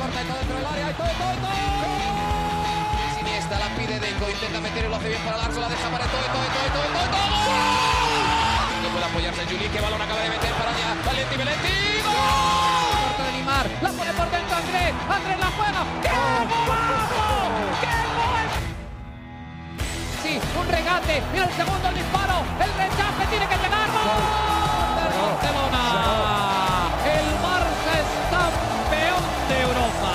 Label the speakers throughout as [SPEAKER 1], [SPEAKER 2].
[SPEAKER 1] corta y todo dentro del área. ¡Y todo! Iniesta la pide Deco, intenta meter y lo hace bien para Larso, la deja para todo. No puede apoyarse Juli, que balón acaba de meter para allá. Valenti. ¡Gol! Corta de Neymar, la pone por dentro Andrés la juega. ¡Qué golazo! ¡Qué gol! Sí, un regate, mira el segundo disparo, el rechace tiene que llegar. ¡Gol del Barcelona! El Barça es campeón de Europa.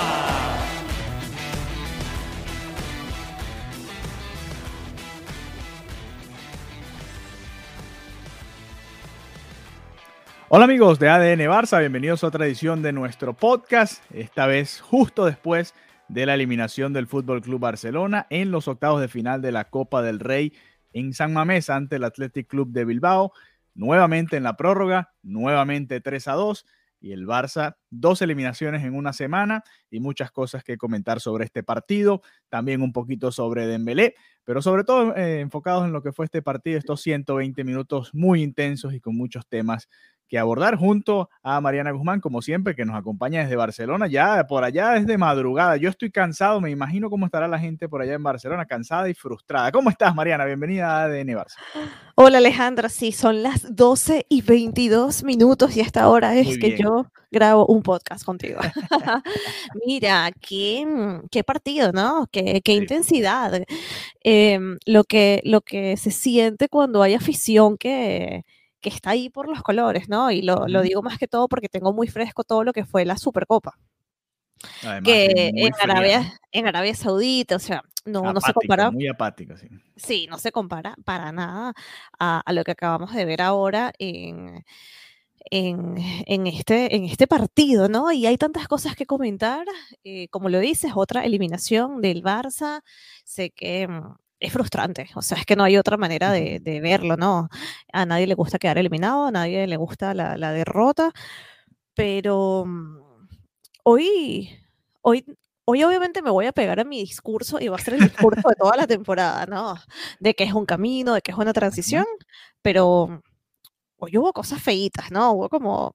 [SPEAKER 2] Hola amigos de ADN Barça, bienvenidos a otra edición de nuestro podcast, esta vez justo después de la eliminación del Fútbol Club Barcelona en los octavos de final de la Copa del Rey en San Mamés ante el Athletic Club de Bilbao, nuevamente en la prórroga, nuevamente 3-2 y el Barça 2 eliminaciones en una semana y muchas cosas que comentar sobre este partido, también un poquito sobre Dembélé, pero sobre todo enfocados en lo que fue este partido, estos 120 minutos muy intensos y con muchos temas que abordar junto a Mariana Guzmán, como siempre, que nos acompaña desde Barcelona, ya por allá es de madrugada. Yo estoy cansado, me imagino cómo estará la gente por allá en Barcelona, cansada y frustrada. ¿Cómo estás, Mariana? Bienvenida a ADN Barça.
[SPEAKER 3] Hola, Alejandra, sí, son las 12:22 y esta hora es que yo grabo un podcast contigo. Mira, qué partido, ¿no? Qué intensidad. Lo que se siente cuando hay afición que está ahí por los colores, ¿no? Y lo digo más que todo porque tengo muy fresco todo lo que fue la Supercopa.
[SPEAKER 2] Además,
[SPEAKER 3] Que
[SPEAKER 2] muy fría,
[SPEAKER 3] en Arabia Saudita, o sea, no se
[SPEAKER 2] apática,
[SPEAKER 3] compara.
[SPEAKER 2] muy apática, sí.
[SPEAKER 3] Sí, no se compara para nada a lo que acabamos de ver ahora en este partido, ¿no? Y hay tantas cosas que comentar. Como lo dices, otra eliminación del Barça. Sé que es frustrante, o sea, es que no hay otra manera de verlo, ¿no? A nadie le gusta quedar eliminado, a nadie le gusta la derrota, pero hoy, hoy, hoy obviamente me voy a pegar a mi discurso y va a ser el discurso de toda la temporada, ¿no? De que es un camino, de que es una transición, pero hoy hubo cosas feitas, ¿no? Hubo como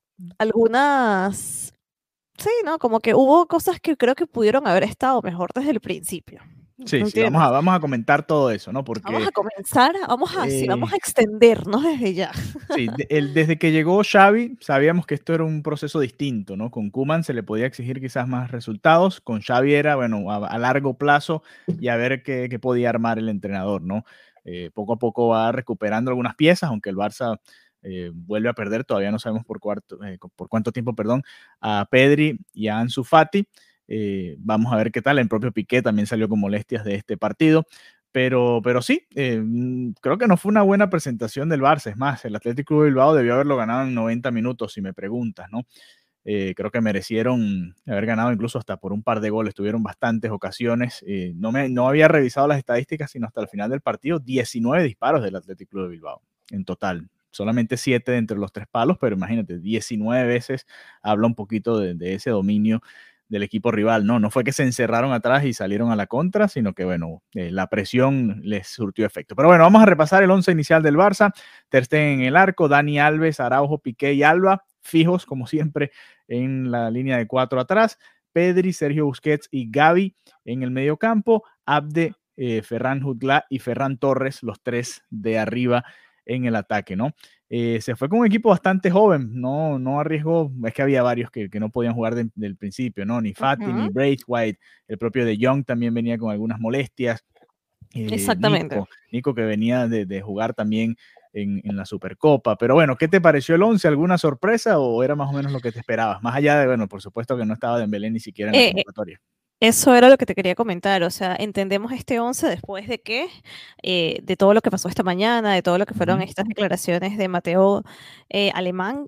[SPEAKER 3] algunas, sí, ¿no? Como que hubo cosas que creo que pudieron haber estado mejor desde el principio.
[SPEAKER 2] Sí,
[SPEAKER 3] ¿Entiendes?
[SPEAKER 2] vamos a comentar todo eso, ¿no?
[SPEAKER 3] Vamos
[SPEAKER 2] Porque
[SPEAKER 3] a comenzar, vamos a extendernos desde ya.
[SPEAKER 2] sí, desde que llegó Xavi sabíamos que esto era un proceso distinto, ¿no? Con Koeman se le podía exigir quizás más resultados, con Xavi era, bueno, a largo plazo y a ver qué podía armar el entrenador, ¿no? Poco a poco va recuperando algunas piezas, aunque el Barça vuelve a perder, todavía no sabemos por cuánto tiempo, perdón, a Pedri y a Ansu Fati. Vamos a ver qué tal, el propio Piqué también salió con molestias de este partido. Pero sí, creo que no fue una buena presentación del Barça. Es más, el Athletic Club de Bilbao debió haberlo ganado en 90 minutos, si me preguntas, ¿no? Creo que merecieron haber ganado incluso hasta por un par de goles. Tuvieron bastantes ocasiones. No había revisado las estadísticas, sino hasta el final del partido. 19 disparos del Athletic Club de Bilbao en total. Solamente 7 de entre los 3 palos, pero imagínate, 19 veces habla un poquito de ese dominio del equipo rival. No fue que se encerraron atrás y salieron a la contra, sino que, bueno, la presión les surtió efecto. Pero bueno, vamos a repasar el 11 inicial del Barça. Ter Stegen en el arco, Dani Alves, Araujo, Piqué y Alba, fijos como siempre en la línea de 4 atrás. Pedri, Sergio Busquets y Gavi en el medio campo. Abde, Ferran Jutgla y Ferran Torres, los 3 de arriba en el ataque, ¿no? Se fue con un equipo bastante joven, no arriesgó, es que había varios que no podían jugar del principio, ¿no? Ni Fati, ni Braithwaite, el propio De Jong también venía con algunas molestias.
[SPEAKER 3] Exactamente.
[SPEAKER 2] Nico que venía de jugar también en la Supercopa, pero bueno, ¿qué te pareció el 11? ¿Alguna sorpresa o era más o menos lo que te esperabas? Más allá de, bueno, por supuesto que no estaba Dembélé ni siquiera en la convocatoria.
[SPEAKER 3] Eso era lo que te quería comentar, o sea, entendemos este 11 después de que, de todo lo que pasó esta mañana, de todo lo que fueron estas declaraciones de Mateo Alemán,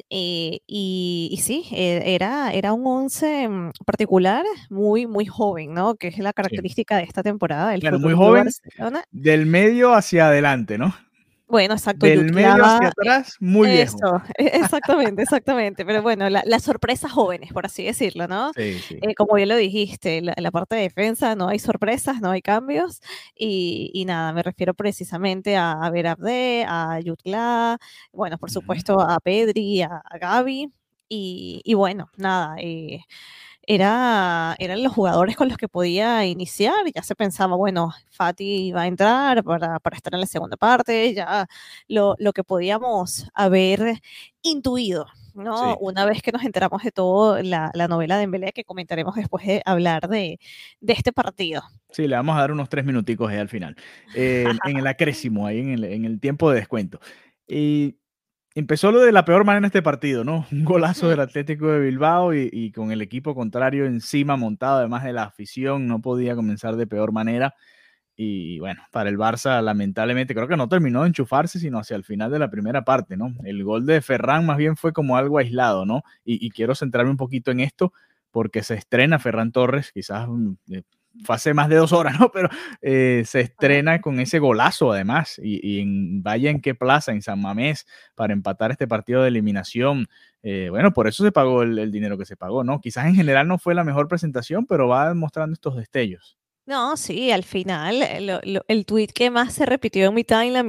[SPEAKER 3] y sí, era un 11 particular muy, muy joven, ¿no? Que es la característica de esta temporada del
[SPEAKER 2] Claro,
[SPEAKER 3] Fútbol
[SPEAKER 2] muy
[SPEAKER 3] Club
[SPEAKER 2] joven,
[SPEAKER 3] Barcelona.
[SPEAKER 2] del medio hacia adelante, ¿no?
[SPEAKER 3] Bueno, exacto.
[SPEAKER 2] Del medio hacia atrás, muy viejo.
[SPEAKER 3] Eso, exactamente. Pero bueno, las sorpresas jóvenes, por así decirlo, ¿no?
[SPEAKER 2] Sí, sí.
[SPEAKER 3] Como bien lo dijiste, la parte de defensa no hay sorpresas, no hay cambios. Y nada, me refiero precisamente a ver Abde, a Jutgla, bueno, por supuesto a Pedri, a Gavi. Y bueno, nada, eran los jugadores con los que podía iniciar. Ya se pensaba, bueno, Fati va a entrar para estar en la segunda parte, ya lo que podíamos haber intuido, ¿no?
[SPEAKER 2] Sí.
[SPEAKER 3] Una vez que nos enteramos de todo la novela de Dembélé, que comentaremos después de hablar de este partido.
[SPEAKER 2] Sí, le vamos a dar unos 3 minuticos ahí al final. En el acrésimo, ahí en el tiempo de descuento. Y empezó lo de la peor manera este partido, ¿no? Un golazo del Atlético de Bilbao y con el equipo contrario encima montado, además de la afición, no podía comenzar de peor manera. Y bueno, para el Barça, lamentablemente, creo que no terminó de enchufarse, sino hacia el final de la primera parte, ¿no? El gol de Ferran más bien fue como algo aislado, ¿no? Y quiero centrarme un poquito en esto, porque se estrena Ferran Torres, quizás fue hace más de 2 horas, ¿no? Pero se estrena con ese golazo además, vaya en qué plaza, en San Mamés, para empatar este partido de eliminación. Bueno, por eso se pagó el dinero que se pagó, ¿no? Quizás en general no fue la mejor presentación, pero va mostrando estos destellos.
[SPEAKER 3] No, sí, al final el tweet que más se repitió en mi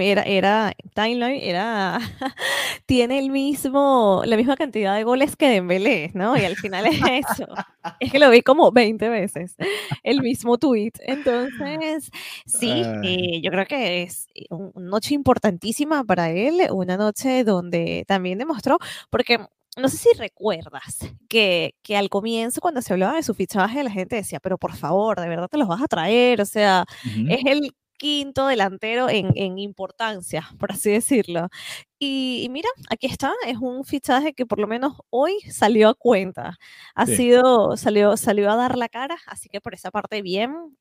[SPEAKER 3] timeline era tiene la misma cantidad de goles que Dembélé, ¿no? Y al final es eso. Es que lo vi como 20 veces, el mismo tweet. Entonces, sí, yo creo que es una noche importantísima para él, una noche donde también demostró, porque no sé si recuerdas que al comienzo, cuando se hablaba de su fichaje, la gente decía, pero por favor, ¿de verdad te los vas a traer? O sea,
[SPEAKER 2] Ujú.
[SPEAKER 3] es el quinto delantero en importancia, por así decirlo. Y mira, aquí está, es un fichaje que por lo menos hoy salió a cuenta.
[SPEAKER 2] Sí.
[SPEAKER 3] Salió a dar la cara, así que por esa parte bien.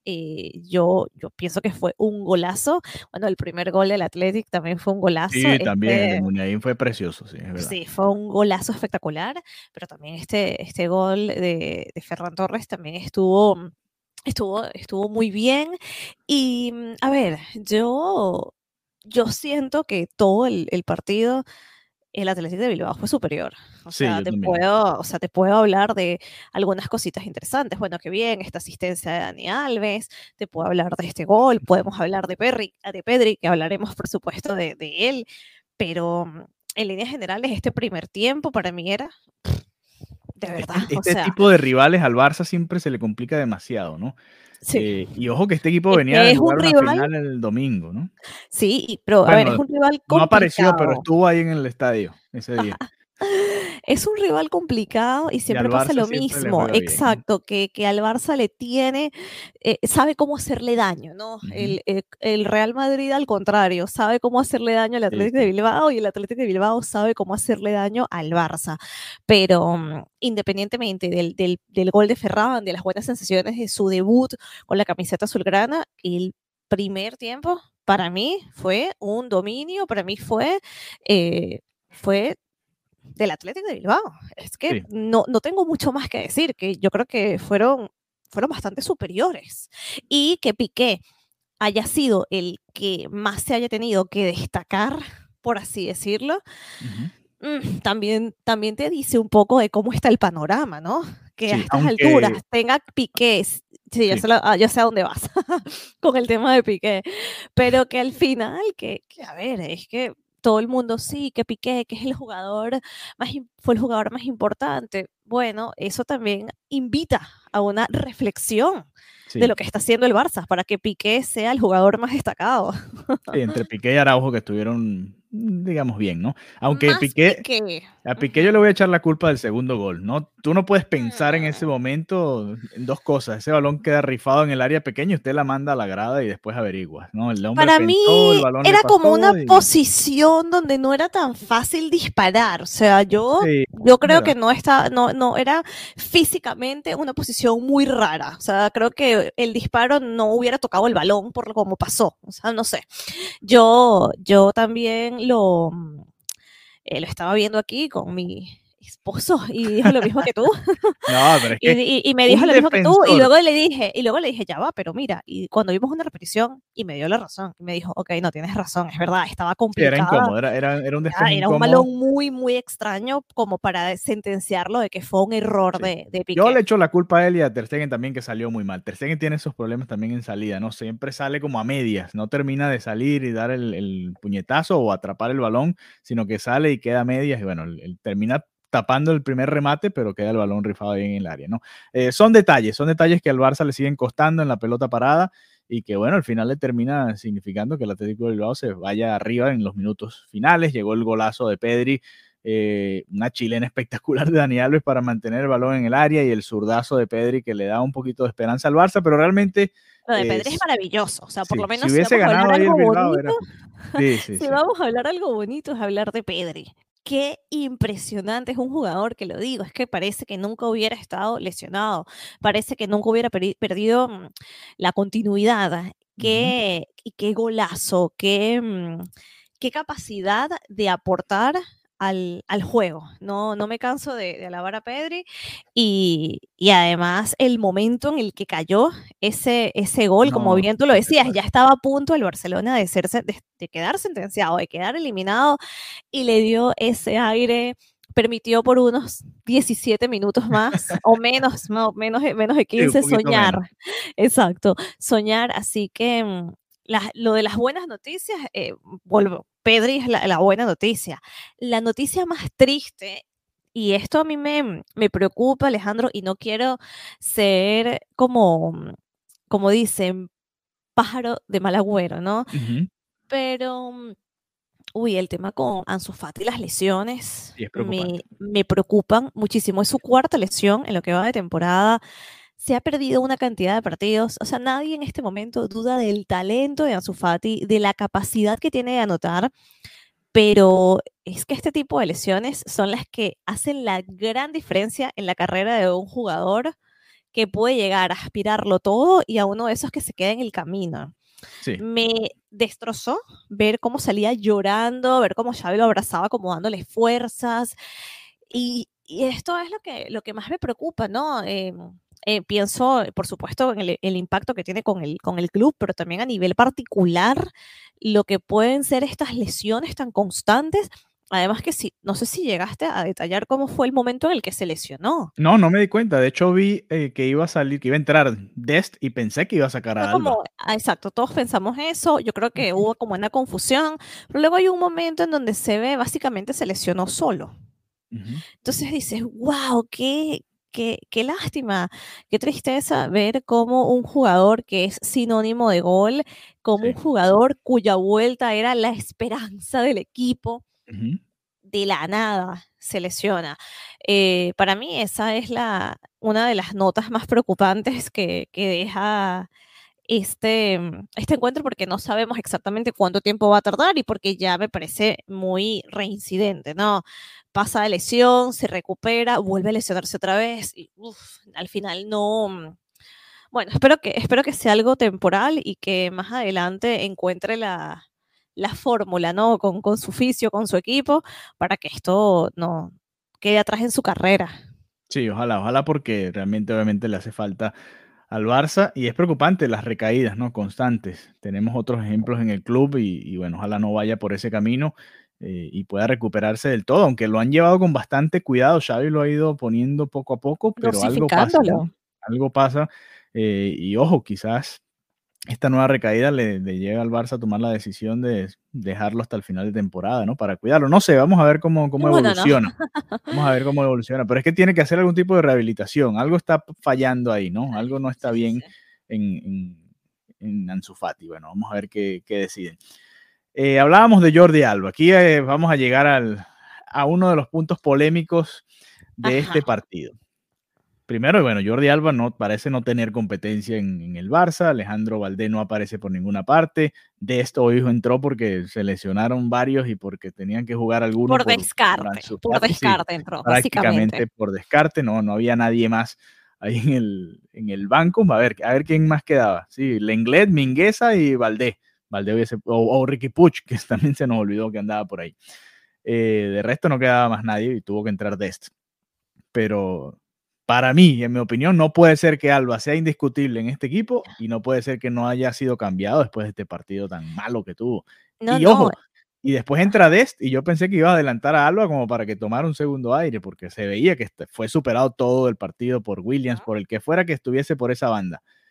[SPEAKER 3] Yo pienso que fue un golazo. Bueno, el primer gol del Athletic también fue un golazo.
[SPEAKER 2] Sí, también el de Muniain fue precioso, sí, es verdad.
[SPEAKER 3] Sí, fue un golazo espectacular, pero también este gol de Ferran Torres también estuvo muy bien. Y a ver, yo siento que todo el partido, el Atlético de Bilbao fue superior. O
[SPEAKER 2] Sí,
[SPEAKER 3] sea,
[SPEAKER 2] yo también.
[SPEAKER 3] te puedo hablar de algunas cositas interesantes. Bueno, qué bien, esta asistencia de Dani Alves, te puedo hablar de este gol, podemos hablar de Pedri, que hablaremos, por supuesto, de él, pero en líneas generales, este primer tiempo para mí era de verdad, o
[SPEAKER 2] Este
[SPEAKER 3] sea,
[SPEAKER 2] tipo de rivales al Barça siempre se le complica demasiado, ¿no?
[SPEAKER 3] sí,
[SPEAKER 2] Y ojo que este equipo
[SPEAKER 3] es
[SPEAKER 2] venía
[SPEAKER 3] que
[SPEAKER 2] de
[SPEAKER 3] es un
[SPEAKER 2] jugar una
[SPEAKER 3] rival,
[SPEAKER 2] final el domingo, ¿no?
[SPEAKER 3] sí, pero a ver, es
[SPEAKER 2] Bueno,
[SPEAKER 3] un rival
[SPEAKER 2] no apareció, pero
[SPEAKER 3] complicado.
[SPEAKER 2] estuvo ahí en el estadio ese día.
[SPEAKER 3] Es un rival complicado y
[SPEAKER 2] Y al
[SPEAKER 3] siempre pasa
[SPEAKER 2] Barça
[SPEAKER 3] lo
[SPEAKER 2] siempre le
[SPEAKER 3] mismo,
[SPEAKER 2] juega bien, ¿no?
[SPEAKER 3] exacto, que al Barça le tiene, sabe cómo hacerle daño, ¿no?
[SPEAKER 2] Ujú.
[SPEAKER 3] El Real Madrid al contrario, sabe cómo hacerle daño al
[SPEAKER 2] Sí,
[SPEAKER 3] Atlético de
[SPEAKER 2] sí.
[SPEAKER 3] Bilbao y el Atlético de Bilbao sabe cómo hacerle daño al Barça. Pero independientemente del gol de Ferran, de las buenas sensaciones de su debut con la camiseta azulgrana, el primer tiempo para mí fue un dominio, para mí fue del Atlético de Bilbao. Es que
[SPEAKER 2] Sí,
[SPEAKER 3] no tengo mucho más que decir, que yo creo que fueron bastante superiores. Y que Piqué haya sido el que más se haya tenido que destacar, por así decirlo,
[SPEAKER 2] ujú.
[SPEAKER 3] también te dice un poco de cómo está el panorama, ¿no? Que a
[SPEAKER 2] Sí,
[SPEAKER 3] estas alturas
[SPEAKER 2] aunque
[SPEAKER 3] tenga Piqué, sí,
[SPEAKER 2] sí,
[SPEAKER 3] yo sé a dónde vas con el tema de Piqué, pero que al final, a ver, es que todo el mundo sí, que Piqué, que es el jugador fue el jugador más importante. Bueno, eso también invita a una reflexión de
[SPEAKER 2] sí.
[SPEAKER 3] lo que está haciendo el Barça para que Piqué sea el jugador más destacado.
[SPEAKER 2] Sí, entre Piqué y Araujo que estuvieron, digamos, bien, ¿no? Aunque
[SPEAKER 3] Más Piqué.
[SPEAKER 2] a Piqué yo le
[SPEAKER 3] Ujú.
[SPEAKER 2] voy a echar la culpa del segundo gol, ¿no? Tú no puedes pensar en ese
[SPEAKER 3] Mm.
[SPEAKER 2] momento en dos cosas. Ese balón queda rifado en el área pequeña y usted la manda a la grada y después averiguas, ¿no? El hombre
[SPEAKER 3] Para
[SPEAKER 2] pensó, el
[SPEAKER 3] mí
[SPEAKER 2] balón le
[SPEAKER 3] era como una
[SPEAKER 2] pasó y
[SPEAKER 3] posición donde no era tan fácil disparar. O sea,
[SPEAKER 2] sí,
[SPEAKER 3] yo
[SPEAKER 2] es
[SPEAKER 3] creo
[SPEAKER 2] verdad.
[SPEAKER 3] que no era físicamente una posición muy rara. O sea, creo que el disparo no hubiera tocado el balón por lo como pasó. O sea, no sé. Yo también lo estaba viendo aquí con mi esposo y dijo lo mismo que tú.
[SPEAKER 2] No, pero es que
[SPEAKER 3] Y me dijo
[SPEAKER 2] un
[SPEAKER 3] lo mismo que tú,
[SPEAKER 2] defensor
[SPEAKER 3] y luego le dije, ya va, pero mira, y cuando vimos una repetición, y me dio la razón, y me dijo, ok, no tienes razón, es verdad, estaba
[SPEAKER 2] sí, era
[SPEAKER 3] complicada,
[SPEAKER 2] incómodo, era un despeje
[SPEAKER 3] era un
[SPEAKER 2] incómodo.
[SPEAKER 3] balón muy, muy extraño como para sentenciarlo de que fue un error
[SPEAKER 2] Sí.
[SPEAKER 3] de
[SPEAKER 2] Yo
[SPEAKER 3] Piqué.
[SPEAKER 2] le echo la culpa a él y a Ter Stegen también que salió muy mal. Ter Stegen tiene esos problemas también en salida, ¿no? Siempre sale como a medias, no termina de salir y dar el puñetazo o atrapar el balón, sino que sale y queda a medias y bueno, él termina tapando el primer remate, pero queda el balón rifado ahí en el área, ¿no? Son detalles que al Barça le siguen costando en la pelota parada y que, bueno, al final le termina significando que el Atlético de Bilbao se vaya arriba en los minutos finales. Llegó el golazo de Pedri, una chilena espectacular de Dani Alves para mantener el balón en el área y el zurdazo de Pedri que le da un poquito de esperanza al Barça, pero realmente...
[SPEAKER 3] Lo de Pedri es maravilloso, o sea, por
[SPEAKER 2] sí,
[SPEAKER 3] lo menos
[SPEAKER 2] si
[SPEAKER 3] si
[SPEAKER 2] hubiese
[SPEAKER 3] vamos a
[SPEAKER 2] ganado
[SPEAKER 3] hablar
[SPEAKER 2] ahí el
[SPEAKER 3] algo
[SPEAKER 2] Bilbao,
[SPEAKER 3] bonito,
[SPEAKER 2] era... Sí, sí,
[SPEAKER 3] si
[SPEAKER 2] sí.
[SPEAKER 3] vamos a hablar algo bonito es hablar de Pedri. Qué impresionante es un jugador, que lo digo, es que parece que nunca hubiera estado lesionado, parece que nunca hubiera perdido la continuidad. Qué golazo, qué capacidad de aportar al juego. No, no me canso de alabar a Pedri y además el momento en el que cayó ese gol, como
[SPEAKER 2] No,
[SPEAKER 3] bien tú lo decías,
[SPEAKER 2] espectacular.
[SPEAKER 3] ya estaba a punto el Barcelona de quedar sentenciado, de quedar eliminado y le dio ese aire, permitió por unos 17 minutos más o menos, no, menos de
[SPEAKER 2] Sí, un
[SPEAKER 3] 15
[SPEAKER 2] poquito
[SPEAKER 3] soñar.
[SPEAKER 2] menos.
[SPEAKER 3] Exacto, soñar. Así que lo de las buenas noticias, vuelvo, Pedri es la buena noticia. La noticia más triste, y esto a mí me preocupa, Alejandro, y no quiero ser como dicen, pájaro de mal agüero, ¿no?
[SPEAKER 2] Ujú.
[SPEAKER 3] Pero, uy, el tema con Ansu Fati, las lesiones,
[SPEAKER 2] Sí, es preocupante.
[SPEAKER 3] me preocupan muchísimo. Es su cuarta lesión en lo que va de temporada. Se ha perdido una cantidad de partidos. O sea, nadie en este momento duda del talento de Ansu Fati, de la capacidad que tiene de anotar, pero es que este tipo de lesiones son las que hacen la gran diferencia en la carrera de un jugador que puede llegar a aspirarlo todo y a uno de esos que se queda en el camino.
[SPEAKER 2] Sí.
[SPEAKER 3] Me destrozó ver cómo salía llorando, ver cómo Xavi lo abrazaba como dándole fuerzas. Y esto es lo que más me preocupa, ¿no? Pienso, por supuesto, en el impacto que tiene con el club, pero también a nivel particular, lo que pueden ser estas lesiones tan constantes. Además que sí, no sé si llegaste a detallar cómo fue el momento en el que se lesionó.
[SPEAKER 2] No, no me di cuenta. De hecho, vi que iba a salir, que iba a entrar Dest y pensé que iba a sacar
[SPEAKER 3] Fue
[SPEAKER 2] a Alba.
[SPEAKER 3] como, exacto, todos pensamos eso, yo creo que
[SPEAKER 2] Ujú.
[SPEAKER 3] hubo como una confusión, pero luego hay un momento en donde se ve, básicamente se lesionó solo.
[SPEAKER 2] Ujú.
[SPEAKER 3] Entonces dices, wow, qué lástima, qué tristeza ver cómo un jugador que es sinónimo de gol, como un
[SPEAKER 2] Sí.
[SPEAKER 3] jugador cuya vuelta era la esperanza del equipo,
[SPEAKER 2] Ujú.
[SPEAKER 3] de la nada se lesiona. Para mí esa es una de las notas más preocupantes que deja este encuentro, porque no sabemos exactamente cuánto tiempo va a tardar y porque ya me parece muy reincidente, ¿no? Pasa de lesión, se recupera, vuelve a lesionarse otra vez y al final no. Bueno, espero que sea algo temporal y que más adelante encuentre la fórmula, ¿no? Con su fisio, con su equipo, para que esto no quede atrás en su carrera.
[SPEAKER 2] Sí, ojalá, ojalá porque realmente obviamente le hace falta al Barça y es preocupante las recaídas, ¿no? Constantes. Tenemos otros ejemplos en el club y bueno, ojalá no vaya por ese camino y pueda recuperarse del todo, aunque lo han llevado con bastante cuidado. Xavi lo ha ido poniendo poco a poco, pero algo pasa,
[SPEAKER 3] Dosificándolo.
[SPEAKER 2] ¿no? Algo pasa y ojo, quizás esta nueva recaída le llega al Barça a tomar la decisión de dejarlo hasta el final de temporada, ¿no? Para cuidarlo. No sé, vamos a ver cómo
[SPEAKER 3] No, no, no.
[SPEAKER 2] evoluciona. Vamos a ver cómo evoluciona, pero es que tiene que hacer algún tipo de rehabilitación. Algo está fallando ahí, ¿no? Algo no está
[SPEAKER 3] Sí, sí,
[SPEAKER 2] bien
[SPEAKER 3] sí.
[SPEAKER 2] en, en Ansu Fati. Bueno, vamos a ver qué deciden. Hablábamos de Jordi Alba. Aquí vamos a llegar a uno de los puntos polémicos de
[SPEAKER 3] Ajá.
[SPEAKER 2] este partido. Primero, bueno, Jordi Alba parece no tener competencia en el Barça. Alejandro Valdé no aparece por ninguna parte. De esto hoy entró porque se lesionaron varios y porque tenían que jugar alguno por Ansu
[SPEAKER 3] Por
[SPEAKER 2] Fati. Sí,
[SPEAKER 3] descarte entró, básicamente.
[SPEAKER 2] prácticamente por descarte. No había nadie más ahí en el banco. A ver quién más quedaba. Sí, Lenglet, Mingueza y Valdé. Valdé o Ricky Puig, que también se nos olvidó que andaba por ahí. De resto no quedaba más nadie y tuvo que entrar Dest. Pero para mí, en mi opinión, no puede ser que Alba sea indiscutible en este equipo y no puede ser que no haya sido cambiado después de este partido tan malo que tuvo.
[SPEAKER 3] No,
[SPEAKER 2] Y
[SPEAKER 3] no.
[SPEAKER 2] ojo, y después entra Dest y yo pensé que iba a adelantar a Alba como para que tomara un segundo aire, porque se veía que fue superado todo el partido por Williams, por el que fuera que estuviese por esa banda.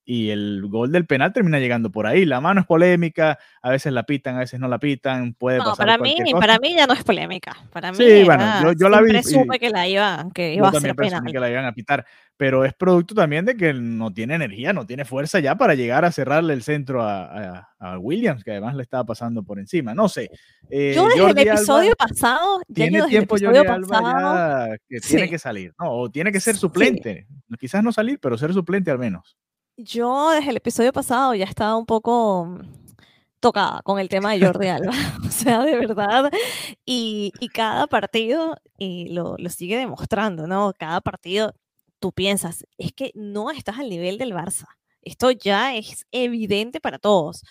[SPEAKER 2] y el gol del penal termina llegando por ahí. La mano es polémica, a veces la pitan, a veces no la pitan, puede
[SPEAKER 3] No,
[SPEAKER 2] pasar cualquier cosa.
[SPEAKER 3] para mí ya no es polémica. Para mí
[SPEAKER 2] Sí, bueno, yo la vi
[SPEAKER 3] siempre supe
[SPEAKER 2] y
[SPEAKER 3] que iba
[SPEAKER 2] yo
[SPEAKER 3] a
[SPEAKER 2] también
[SPEAKER 3] ser
[SPEAKER 2] presumí
[SPEAKER 3] penal.
[SPEAKER 2] que la iban a pitar, pero es producto también de que él no tiene energía, no tiene fuerza ya para llegar a cerrarle el centro a Williams, que además le estaba pasando por encima. No sé,
[SPEAKER 3] Yo desde el
[SPEAKER 2] Jordi Alba,
[SPEAKER 3] episodio pasado,
[SPEAKER 2] tiene tiempo Jordi Alba ya que tiene
[SPEAKER 3] sí,
[SPEAKER 2] que salir, ¿no? O tiene que ser
[SPEAKER 3] sí.
[SPEAKER 2] suplente, quizás no salir, pero ser suplente al menos.
[SPEAKER 3] Yo desde el episodio pasado ya estaba un poco tocada con el tema de Jordi Alba. O sea, de verdad. Y cada partido lo sigue demostrando, ¿no? Cada partido tú piensas, es que no estás al nivel del Barça. Esto ya es evidente para todos.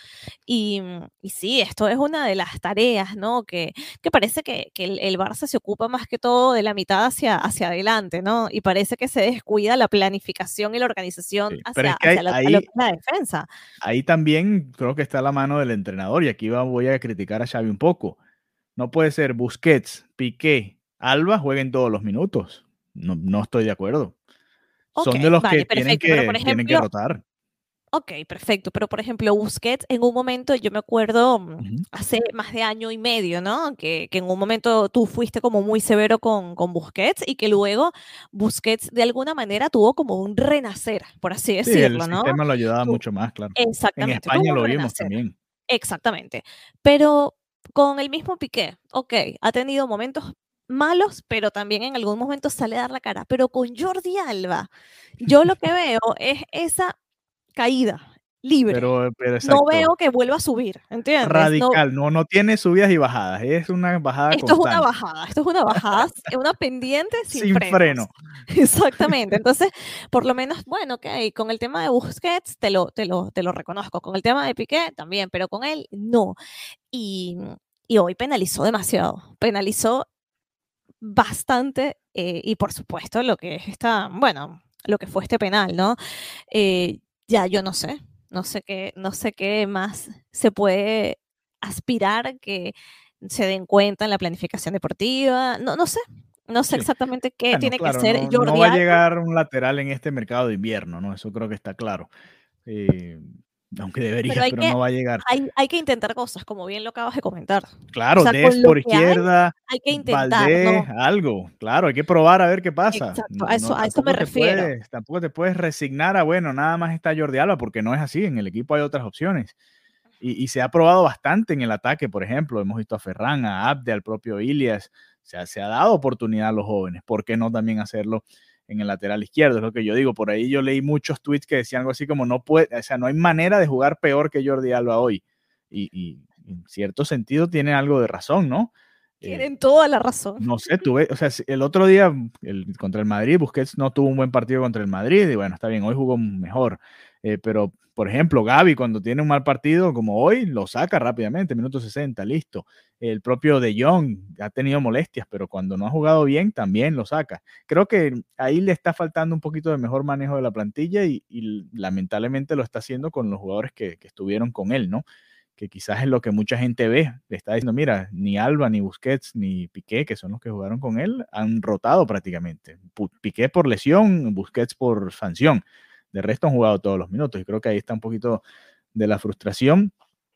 [SPEAKER 3] Y sí, esto es una de las tareas, ¿no? Que parece que el Barça se ocupa más que todo de la mitad hacia adelante, ¿no? Y parece que se descuida la planificación y la organización
[SPEAKER 2] Sí, pero es que
[SPEAKER 3] hacia a lo que es la defensa.
[SPEAKER 2] ahí también creo que está la mano del entrenador y aquí voy a criticar a Xavi un poco. No puede ser Busquets, Piqué, Alba jueguen todos los minutos. No, no estoy de acuerdo.
[SPEAKER 3] Ok,
[SPEAKER 2] Son de los que
[SPEAKER 3] vale, perfecto. Pero por
[SPEAKER 2] tienen que
[SPEAKER 3] ejemplo,
[SPEAKER 2] rotar.
[SPEAKER 3] ok, perfecto. Pero por ejemplo, Busquets en un momento, yo me acuerdo
[SPEAKER 2] Ujú.
[SPEAKER 3] hace más de año y medio, ¿no? Que en un momento tú fuiste como muy severo con Busquets y que luego Busquets de alguna manera tuvo como un renacer, por así
[SPEAKER 2] Sí, el
[SPEAKER 3] decirlo, ¿no?
[SPEAKER 2] sistema lo ayudaba
[SPEAKER 3] Tu-
[SPEAKER 2] mucho más, claro. En
[SPEAKER 3] Exactamente, tuvo
[SPEAKER 2] España
[SPEAKER 3] un
[SPEAKER 2] lo vimos
[SPEAKER 3] renacer.
[SPEAKER 2] también.
[SPEAKER 3] Exactamente. Pero con el mismo Piqué, ok, ha tenido momentos malos, pero también en algún momento sale a dar la cara. Pero con Jordi Alba, yo lo que veo es esa caída libre.
[SPEAKER 2] Pero
[SPEAKER 3] No
[SPEAKER 2] exacto.
[SPEAKER 3] veo que vuelva a subir, ¿entiendes? No,
[SPEAKER 2] Radical, no tiene subidas y bajadas, es una bajada constante,
[SPEAKER 3] esto es una bajada, es una pendiente sin
[SPEAKER 2] sin
[SPEAKER 3] frenos.
[SPEAKER 2] freno.
[SPEAKER 3] Exactamente. Entonces, por lo menos, bueno, ok, con el tema de Busquets te lo reconozco. Con el tema de Piqué también, pero con él no. Y, y hoy penalizó demasiado. Penalizó bastante y por supuesto lo que es esta, bueno, lo que fue este penal, ¿no? Ya yo no sé, no sé qué más se puede aspirar que se den cuenta en la planificación deportiva, no sé
[SPEAKER 2] Sí.
[SPEAKER 3] exactamente qué
[SPEAKER 2] Bueno,
[SPEAKER 3] tiene que
[SPEAKER 2] claro,
[SPEAKER 3] ser
[SPEAKER 2] no
[SPEAKER 3] Jordi
[SPEAKER 2] va a
[SPEAKER 3] Alba.
[SPEAKER 2] llegar un lateral en este mercado de invierno, ¿no? Eso creo que está claro. Eh, aunque
[SPEAKER 3] Pero
[SPEAKER 2] debería, pero no va a llegar.
[SPEAKER 3] hay que intentar cosas, como bien lo acabas de comentar. O
[SPEAKER 2] Claro,
[SPEAKER 3] sea,
[SPEAKER 2] Dest
[SPEAKER 3] con lo
[SPEAKER 2] por
[SPEAKER 3] que
[SPEAKER 2] izquierda,
[SPEAKER 3] hay que intentar,
[SPEAKER 2] Valdés,
[SPEAKER 3] ¿no?
[SPEAKER 2] algo. Claro, hay que probar a ver qué pasa.
[SPEAKER 3] Exacto,
[SPEAKER 2] No,
[SPEAKER 3] a eso me refiero.
[SPEAKER 2] tampoco te puedes resignar a, bueno, nada más está Jordi Alba, porque no es así. En el equipo hay otras opciones. Y se ha probado bastante en el ataque, por ejemplo. Hemos visto a Ferran, a Abde, al propio Ilias. Se ha dado oportunidad a los jóvenes. ¿Por qué no también hacerlo en el lateral izquierdo? Es lo que yo digo. Por ahí yo leí muchos tweets que decían algo así como no puede, o sea, no hay manera de jugar peor que Jordi Alba hoy. Y en cierto sentido tiene algo de razón, ¿no? Eh,
[SPEAKER 3] Tienen toda la razón.
[SPEAKER 2] no sé, tuve, o sea, el otro día contra el Madrid, Busquets no tuvo un buen partido contra el Madrid y bueno, está bien, hoy jugó mejor. Pero, por ejemplo, Gavi cuando tiene un mal partido como hoy, lo saca rápidamente, minuto 60, listo. El propio De Jong ha tenido molestias, pero cuando no ha jugado bien, también lo saca. Creo que ahí le está faltando un poquito de mejor manejo de la plantilla y lamentablemente lo está haciendo con los jugadores que estuvieron con él, ¿no? Que quizás es lo que mucha gente ve, le está diciendo, mira, ni Alba, ni Busquets, ni Piqué, que son los que jugaron con él, han rotado prácticamente. Piqué por lesión, Busquets por sanción. De resto han jugado todos los minutos y creo que ahí está un poquito de la frustración.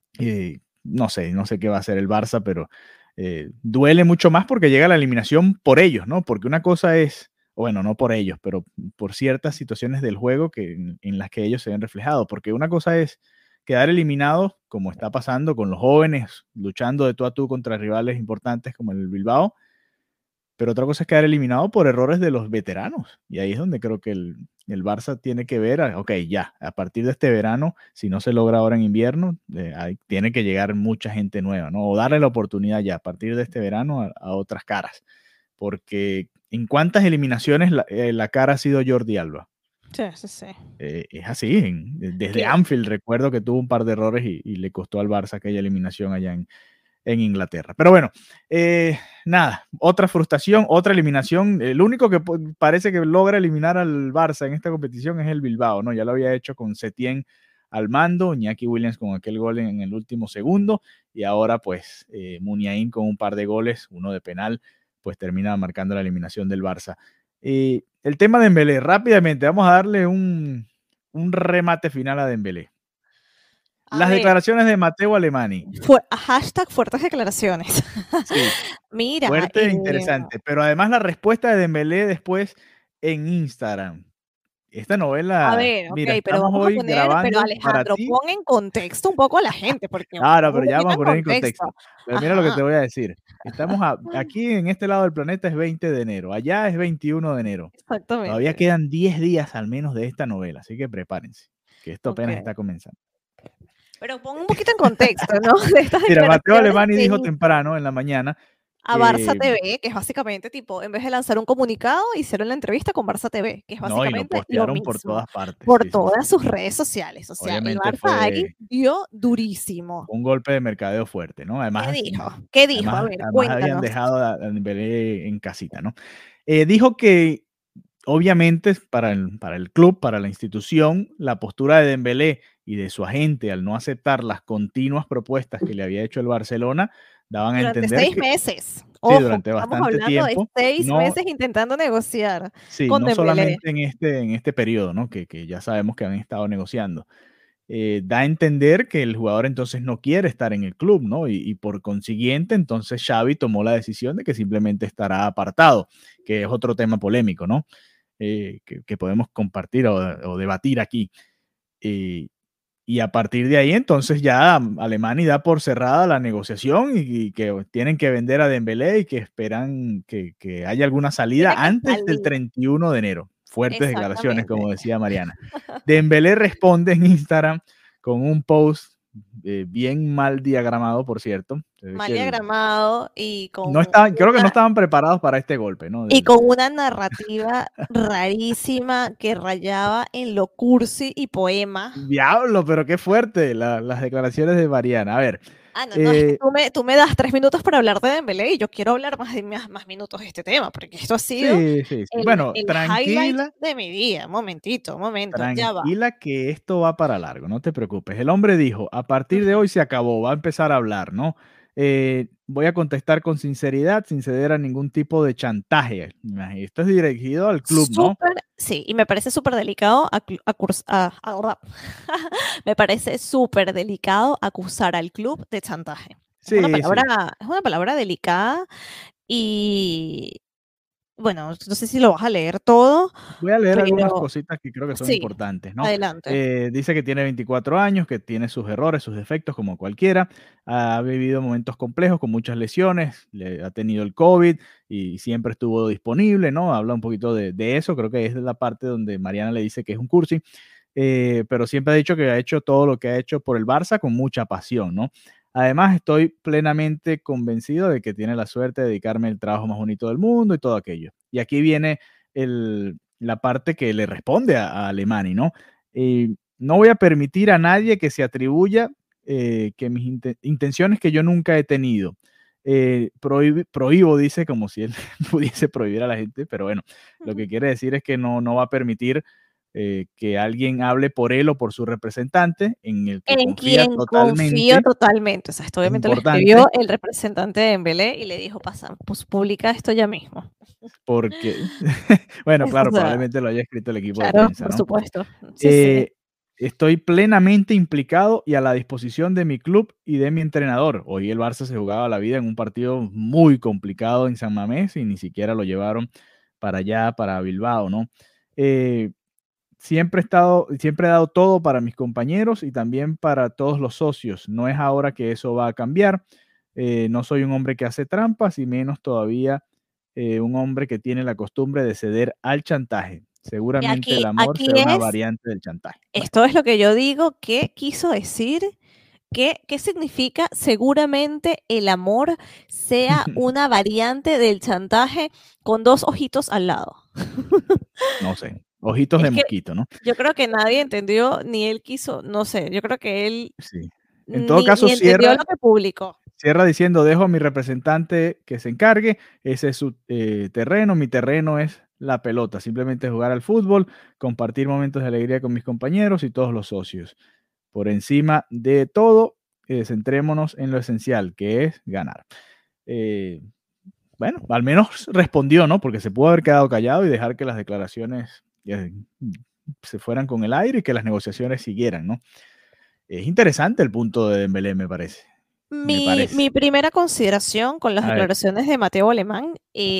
[SPEAKER 2] No sé qué va a hacer el Barça, pero duele mucho más porque llega la eliminación por ellos, ¿no? Porque una cosa es, bueno, no por ellos, pero por ciertas situaciones del juego en las que ellos se ven reflejados. Porque una cosa es quedar eliminados, como está pasando con los jóvenes, luchando de tú a tú contra rivales importantes como el Bilbao, pero otra cosa es quedar eliminado por errores de los veteranos. Y ahí es donde creo que el Barça tiene que ver, ok, ya, a partir de este verano, si no se logra ahora en invierno, tiene que llegar mucha gente nueva, ¿no? O darle la oportunidad ya a partir de este verano a otras caras. Porque ¿en cuántas eliminaciones la cara ha sido Jordi Alba?
[SPEAKER 3] Sí, sí, sí.
[SPEAKER 2] Es así, desde
[SPEAKER 3] Que
[SPEAKER 2] Anfield recuerdo que tuvo un par de errores y le costó al Barça aquella eliminación allá en Inglaterra. Pero bueno, nada, otra frustración, otra eliminación. El único que parece que logra eliminar al Barça en esta competición es el Bilbao, ¿no? Ya lo había hecho con Setién al mando, Iñaki Williams con aquel gol en el último segundo y ahora pues Muniain con un par de goles, uno de penal, pues termina marcando la eliminación del Barça. El tema de Dembélé, rápidamente, vamos a darle un un remate final a Dembélé.
[SPEAKER 3] A
[SPEAKER 2] Las
[SPEAKER 3] ver,
[SPEAKER 2] declaraciones de Matteo Alemany.
[SPEAKER 3] hashtag fuertes declaraciones.
[SPEAKER 2] Sí,
[SPEAKER 3] Mira,
[SPEAKER 2] fuerte e interesante. Pero además la respuesta de Dembélé después en Instagram. Esta
[SPEAKER 3] a
[SPEAKER 2] novela,
[SPEAKER 3] ver, ok,
[SPEAKER 2] mira,
[SPEAKER 3] pero
[SPEAKER 2] estamos
[SPEAKER 3] vamos a
[SPEAKER 2] hoy
[SPEAKER 3] poner, pero
[SPEAKER 2] grabando para
[SPEAKER 3] Alejandro,
[SPEAKER 2] ti.
[SPEAKER 3] pon en contexto un poco a la gente, porque
[SPEAKER 2] Claro,
[SPEAKER 3] pon un
[SPEAKER 2] pero ya
[SPEAKER 3] poquito
[SPEAKER 2] vamos a
[SPEAKER 3] en
[SPEAKER 2] poner en
[SPEAKER 3] contexto.
[SPEAKER 2] contexto. Pero mira lo que
[SPEAKER 3] Ajá.
[SPEAKER 2] te voy a decir. Aquí en este lado del planeta es 20 de enero, allá es 21 de enero. Todavía
[SPEAKER 3] Exactamente.
[SPEAKER 2] quedan 10 días al menos de esta novela, así que prepárense, que esto apenas
[SPEAKER 3] Ok.
[SPEAKER 2] está comenzando.
[SPEAKER 3] Pero pon un poquito en contexto, ¿no? De estas
[SPEAKER 2] Mira, Matteo
[SPEAKER 3] declaraciones
[SPEAKER 2] Alemany
[SPEAKER 3] de
[SPEAKER 2] dijo temprano en la mañana
[SPEAKER 3] a Barça
[SPEAKER 2] que
[SPEAKER 3] TV, que es básicamente tipo, en vez de lanzar un comunicado, hicieron la entrevista con Barça TV, que es
[SPEAKER 2] no, y lo
[SPEAKER 3] básicamente lo
[SPEAKER 2] postearon por
[SPEAKER 3] mismo,
[SPEAKER 2] todas partes.
[SPEAKER 3] por
[SPEAKER 2] Sí, sí, sí.
[SPEAKER 3] todas sus redes sociales. O sea, el
[SPEAKER 2] Obviamente
[SPEAKER 3] Barça ahí
[SPEAKER 2] fue
[SPEAKER 3] dio durísimo.
[SPEAKER 2] un golpe de mercadeo fuerte, ¿no?
[SPEAKER 3] ¿Qué
[SPEAKER 2] Además,
[SPEAKER 3] dijo? ¿Qué dijo? A ver,
[SPEAKER 2] además habían
[SPEAKER 3] cuéntanos.
[SPEAKER 2] dejado a Dembélé en casita, ¿no? Dijo que obviamente para el club, para la institución, la postura de Dembélé y de su agente al no aceptar las continuas propuestas que le había hecho el Barcelona, daban a
[SPEAKER 3] Durante
[SPEAKER 2] entender
[SPEAKER 3] 6 meses.
[SPEAKER 2] sí,
[SPEAKER 3] Ojo,
[SPEAKER 2] durante
[SPEAKER 3] estamos
[SPEAKER 2] bastante
[SPEAKER 3] hablando de
[SPEAKER 2] tiempo,
[SPEAKER 3] 6 meses intentando negociar
[SPEAKER 2] sí,
[SPEAKER 3] con
[SPEAKER 2] no
[SPEAKER 3] Dembélé.
[SPEAKER 2] solamente en este periodo, ¿no? Que ya sabemos que han estado negociando. Da a entender que el jugador entonces no quiere estar en el club, ¿no? Y por consiguiente, entonces Xavi tomó la decisión de que simplemente estará apartado, que es otro tema polémico, ¿no? Que podemos compartir o debatir aquí. Y a partir de ahí, entonces ya Alemania da por cerrada la negociación y que tienen que vender a Dembélé y que esperan que haya alguna salida
[SPEAKER 3] Tiene que
[SPEAKER 2] antes del
[SPEAKER 3] salir.
[SPEAKER 2] 31 de enero. Fuertes declaraciones,
[SPEAKER 3] Exactamente.
[SPEAKER 2] como decía Mariana. Dembélé responde en Instagram con un post bien mal diagramado, por cierto. Se ve
[SPEAKER 3] Mal
[SPEAKER 2] que
[SPEAKER 3] diagramado y
[SPEAKER 2] creo que no estaban preparados para este golpe, ¿no?
[SPEAKER 3] y con una narrativa rarísima que rayaba en lo cursi y poema.
[SPEAKER 2] Diablo, pero qué fuerte las declaraciones de Mariana. A ver,
[SPEAKER 3] Ah, no, es que tú me das 3 minutos para hablar de Dembélé y yo quiero hablar más minutos de este tema, porque esto ha sido
[SPEAKER 2] sí, sí, sí.
[SPEAKER 3] el,
[SPEAKER 2] Bueno,
[SPEAKER 3] el highlight
[SPEAKER 2] tranquila,
[SPEAKER 3] de mi día. Un momento, ya va.
[SPEAKER 2] tranquila que esto va para largo, no te preocupes. El hombre dijo, a partir de
[SPEAKER 3] Ujú.
[SPEAKER 2] hoy se acabó, va a empezar a hablar, ¿no? Voy a contestar con sinceridad, sin ceder a ningún tipo de chantaje. Esto es dirigido al club, ¿no?
[SPEAKER 3] Sí, y me parece súper delicado me parece súper delicado acusar al club de chantaje.
[SPEAKER 2] Sí, sí.
[SPEAKER 3] Es una palabra delicada y bueno, no sé si lo vas a leer todo,
[SPEAKER 2] Voy a leer algunas
[SPEAKER 3] pero
[SPEAKER 2] cositas que creo que son
[SPEAKER 3] sí,
[SPEAKER 2] importantes, ¿no?
[SPEAKER 3] adelante.
[SPEAKER 2] Dice que tiene 24 años, que tiene sus errores, sus defectos como cualquiera, ha vivido momentos complejos con muchas lesiones, ha tenido el COVID y siempre estuvo disponible, ¿no? Habla un poquito de eso, creo que es la parte donde Mariana le dice que es un cursi, pero siempre ha dicho que ha hecho todo lo que ha hecho por el Barça con mucha pasión, ¿no? Además, estoy plenamente convencido de que tiene la suerte de dedicarme al trabajo más bonito del mundo y todo aquello. Y aquí viene la parte que le responde a Alemany, ¿no? No voy a permitir a nadie que se atribuya que mis intenciones que yo nunca he tenido. Prohíbo, dice, como si él pudiese prohibir a la gente, pero bueno, lo que quiere decir es que no va a permitir que alguien hable por él o por su representante, en el que
[SPEAKER 3] En
[SPEAKER 2] confía
[SPEAKER 3] quien confío
[SPEAKER 2] totalmente.
[SPEAKER 3] totalmente. O sea, esto
[SPEAKER 2] Es
[SPEAKER 3] obviamente lo
[SPEAKER 2] importante
[SPEAKER 3] escribió el representante de Dembélé y le dijo, pasa, pues publica esto ya mismo.
[SPEAKER 2] porque, bueno,
[SPEAKER 3] O
[SPEAKER 2] claro,
[SPEAKER 3] sea,
[SPEAKER 2] probablemente lo haya escrito el equipo de
[SPEAKER 3] claro,
[SPEAKER 2] prensa,
[SPEAKER 3] por
[SPEAKER 2] ¿no?
[SPEAKER 3] supuesto. Sí, sí.
[SPEAKER 2] Eh, Estoy plenamente implicado y a la disposición de mi club y de mi entrenador. Hoy el Barça se jugaba la vida en un partido muy complicado en San Mamés y ni siquiera lo llevaron para allá, para Bilbao, ¿no? Siempre he dado todo para mis compañeros y también para todos los socios. No es ahora que eso va a cambiar. No soy un hombre que hace trampas y menos todavía un hombre que tiene la costumbre de ceder al chantaje.
[SPEAKER 3] Y
[SPEAKER 2] Seguramente
[SPEAKER 3] aquí,
[SPEAKER 2] el amor
[SPEAKER 3] aquí
[SPEAKER 2] será una
[SPEAKER 3] es,
[SPEAKER 2] variante del chantaje. Bueno,
[SPEAKER 3] esto es lo que yo digo, ¿qué quiso decir? ¿Qué significa seguramente el amor sea una variante del chantaje con dos ojitos al lado?
[SPEAKER 2] no sé. Ojitos
[SPEAKER 3] Es
[SPEAKER 2] de
[SPEAKER 3] que
[SPEAKER 2] mosquito, ¿no?
[SPEAKER 3] yo creo que nadie entendió, ni él quiso, no sé, yo creo que él
[SPEAKER 2] Sí. En todo
[SPEAKER 3] ni
[SPEAKER 2] caso,
[SPEAKER 3] entendió lo que publicó.
[SPEAKER 2] cierra diciendo, dejo a mi representante que se encargue, ese es su terreno, mi terreno es la pelota, simplemente jugar al fútbol, compartir momentos de alegría con mis compañeros y todos los socios. Por encima de todo, centrémonos en lo esencial, que es ganar. Eh, bueno, al menos respondió, ¿no? Porque se pudo haber quedado callado y dejar que las declaraciones se fueran con el aire y que las negociaciones siguieran, ¿no? Es interesante el punto de Dembélé, me parece.
[SPEAKER 3] Mi primera consideración con las
[SPEAKER 2] A ver.
[SPEAKER 3] declaraciones de Mateo Alemán,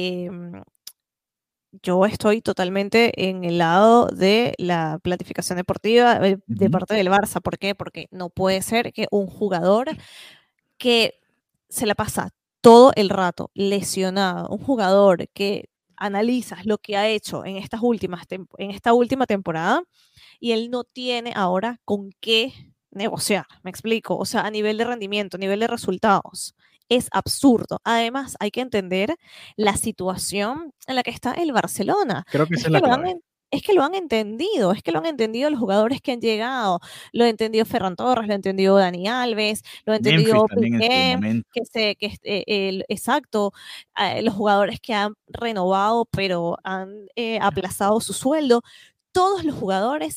[SPEAKER 3] yo estoy totalmente en el lado de la planificación deportiva de parte del Barça. ¿Por qué? Porque no puede ser que un jugador que se la pasa todo el rato lesionado, un jugador que analizas lo que ha hecho en esta última temporada y él no tiene ahora con qué negociar, me explico, o sea, a nivel de rendimiento, a nivel de resultados. Es absurdo. Además, hay que entender la situación en la que está el Barcelona.
[SPEAKER 2] Creo que esa es la clave.
[SPEAKER 3] Es que lo han entendido, los jugadores que han llegado, lo ha entendido Ferran Torres, lo ha entendido Dani Alves, lo ha entendido Piqué, exacto, los jugadores que han renovado pero han aplazado su sueldo. Todos los jugadores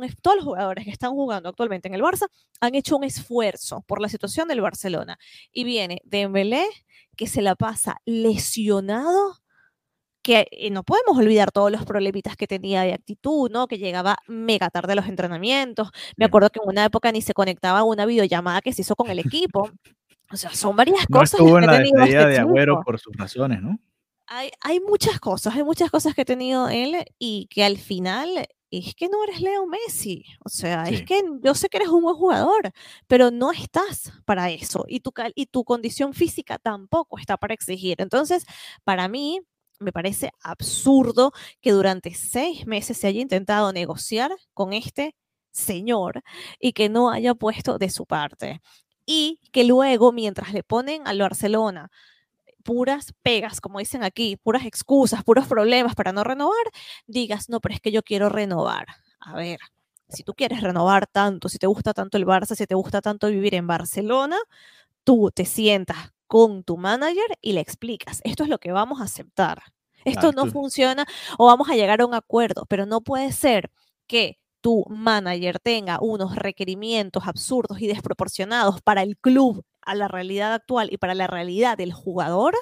[SPEAKER 3] que están jugando actualmente en el Barça han hecho un esfuerzo por la situación del Barcelona. Y viene Dembélé, que se la pasa lesionado, que no podemos olvidar todos los problemitas que tenía de actitud, ¿no? Que llegaba mega tarde a los entrenamientos. Me acuerdo que en una época ni se conectaba a una videollamada que se hizo con el equipo. O sea, son varias cosas
[SPEAKER 2] que ha tenido despedida de Agüero por sus razones, ¿no?
[SPEAKER 3] Hay muchas cosas que ha tenido él y que al final es que no eres Leo Messi. O sea, es que yo sé que eres un buen jugador, pero no estás para eso. Y tu condición física tampoco está para exigir. Entonces, para mí, me parece absurdo que durante 6 meses se haya intentado negociar con este señor y que no haya puesto de su parte. Y que luego, mientras le ponen al Barcelona puras pegas, como dicen aquí, puras excusas, puros problemas para no renovar, digas, no, pero es que yo quiero renovar. A ver, si tú quieres renovar tanto, si te gusta tanto el Barça, si te gusta tanto vivir en Barcelona, tú te sientas con tu manager y le explicas, esto es lo que vamos a aceptar. Esto no funciona o vamos a llegar a un acuerdo, pero no puede ser que tu manager tenga unos requerimientos absurdos y desproporcionados para el club, a la realidad actual y para la realidad del jugador.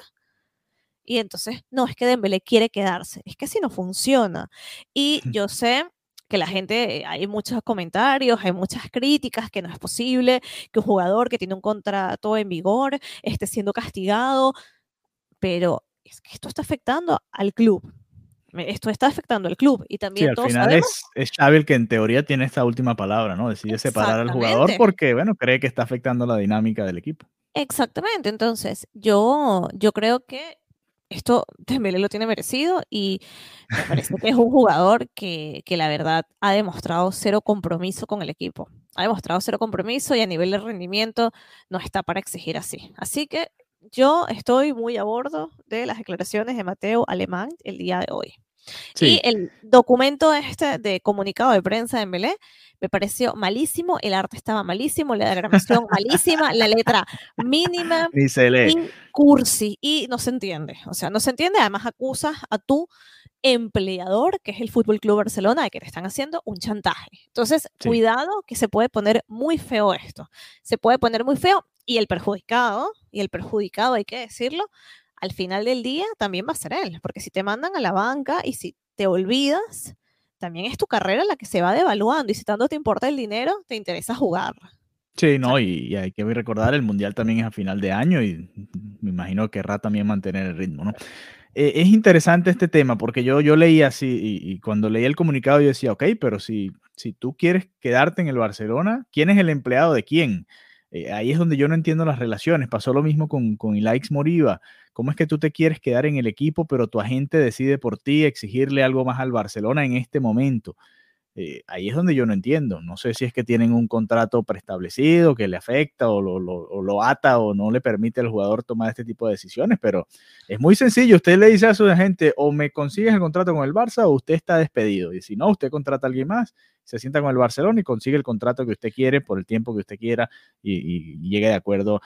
[SPEAKER 3] Y entonces, no, es que Dembélé quiere quedarse. Es que así no funciona. Y yo sé que la gente, hay muchos comentarios, hay muchas críticas, que no es posible que un jugador que tiene un contrato en vigor esté siendo castigado, pero es que esto está afectando al club. Esto está afectando al club y también
[SPEAKER 2] al final es Xavi el que en teoría tiene esta última palabra, ¿no? Decide separar al jugador porque, bueno, cree que está afectando la dinámica del equipo.
[SPEAKER 3] Exactamente, entonces yo creo que esto Dembélé lo tiene merecido y me parece que es un jugador que la verdad ha demostrado cero compromiso con el equipo. Ha demostrado cero compromiso y a nivel de rendimiento no está para exigir así. Así que yo estoy muy a bordo de las declaraciones de Mateo Alemán el día de hoy. Sí. Y el documento de comunicado de prensa de Dembélé me pareció malísimo, el arte estaba malísimo, la diagramación malísima, la letra mínima,
[SPEAKER 2] ni se lee.
[SPEAKER 3] Y cursi, y no se entiende. O sea, no se entiende, además acusas a tu empleador, que es el Fútbol Club Barcelona, de que te están haciendo un chantaje. Entonces, cuidado, que se puede poner muy feo esto. Se puede poner muy feo y el perjudicado, hay que decirlo, al final del día también va a ser él, porque si te mandan a la banca y si te olvidas, también es tu carrera la que se va devaluando y si tanto te importa el dinero, te interesa jugar.
[SPEAKER 2] Sí, no, y hay que recordar, el Mundial también es a final de año y me imagino que querrá también mantener el ritmo, ¿no? Es interesante este tema porque yo leí así y cuando leí el comunicado yo decía, ok, pero si tú quieres quedarte en el Barcelona, ¿quién es el empleado de quién? Ahí es donde yo no entiendo las relaciones. Pasó lo mismo con Ilaix Moriba. ¿Cómo es que tú te quieres quedar en el equipo, pero tu agente decide por ti exigirle algo más al Barcelona en este momento? Ahí es donde yo no entiendo. No sé si es que tienen un contrato preestablecido que le afecta o lo ata o no le permite al jugador tomar este tipo de decisiones, pero es muy sencillo. Usted le dice a su agente, o me consigues el contrato con el Barça o usted está despedido. Y si no, usted contrata a alguien más, se sienta con el Barcelona y consigue el contrato que usted quiere por el tiempo que usted quiera y llegue de acuerdo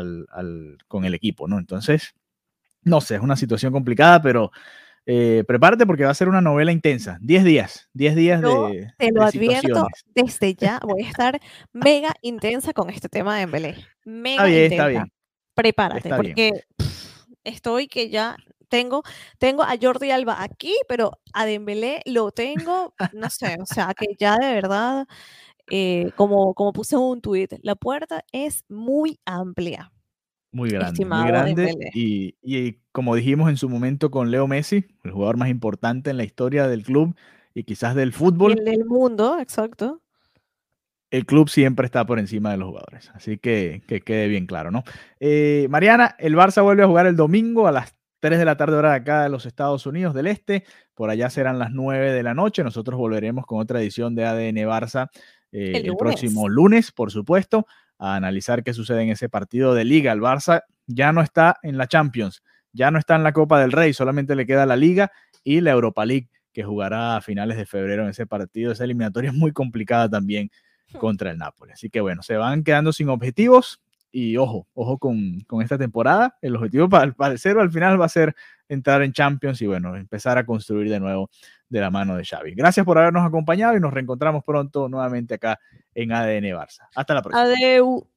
[SPEAKER 2] con el equipo, ¿no? Entonces, no sé, es una situación complicada, pero prepárate porque va a ser una novela intensa. 10 días de
[SPEAKER 3] te lo advierto desde ya. Voy a estar mega intensa con este tema de Dembélé. Mega intensa.
[SPEAKER 2] Está bien.
[SPEAKER 3] Prepárate, porque estoy que ya tengo a Jordi Alba aquí, pero a Dembélé lo tengo, no sé, o sea, que ya de verdad, como puse en un tuit, la puerta es muy amplia,
[SPEAKER 2] Muy
[SPEAKER 3] estimado
[SPEAKER 2] grande.
[SPEAKER 3] Dembélé.
[SPEAKER 2] Y como dijimos en su momento con Leo Messi, el jugador más importante en la historia del club y quizás del
[SPEAKER 3] Y
[SPEAKER 2] fútbol,
[SPEAKER 3] en el mundo, exacto.
[SPEAKER 2] el club siempre está por encima de los jugadores. Así que quede bien claro, ¿no? Mariana, el Barça vuelve a jugar el domingo a las 3 de la tarde hora de acá de los Estados Unidos del Este. Por allá serán las 9 de la noche. Nosotros volveremos con otra edición de ADN Barça
[SPEAKER 3] El
[SPEAKER 2] el
[SPEAKER 3] lunes.
[SPEAKER 2] próximo lunes, por supuesto, a analizar qué sucede en ese partido de Liga. El Barça ya no está en la Champions, ya no está en la Copa del Rey, solamente le queda la Liga y la Europa League, que jugará a finales de febrero en ese partido. Esa eliminatoria es muy complicada también contra el Napoli. Así que bueno, se van quedando sin objetivos y ojo con esta temporada. El objetivo para el parecer al final va a ser entrar en Champions y bueno, empezar a construir de nuevo de la mano de Xavi. Gracias por habernos acompañado y nos reencontramos pronto nuevamente acá en ADN Barça. Hasta la próxima.
[SPEAKER 3] Adeu.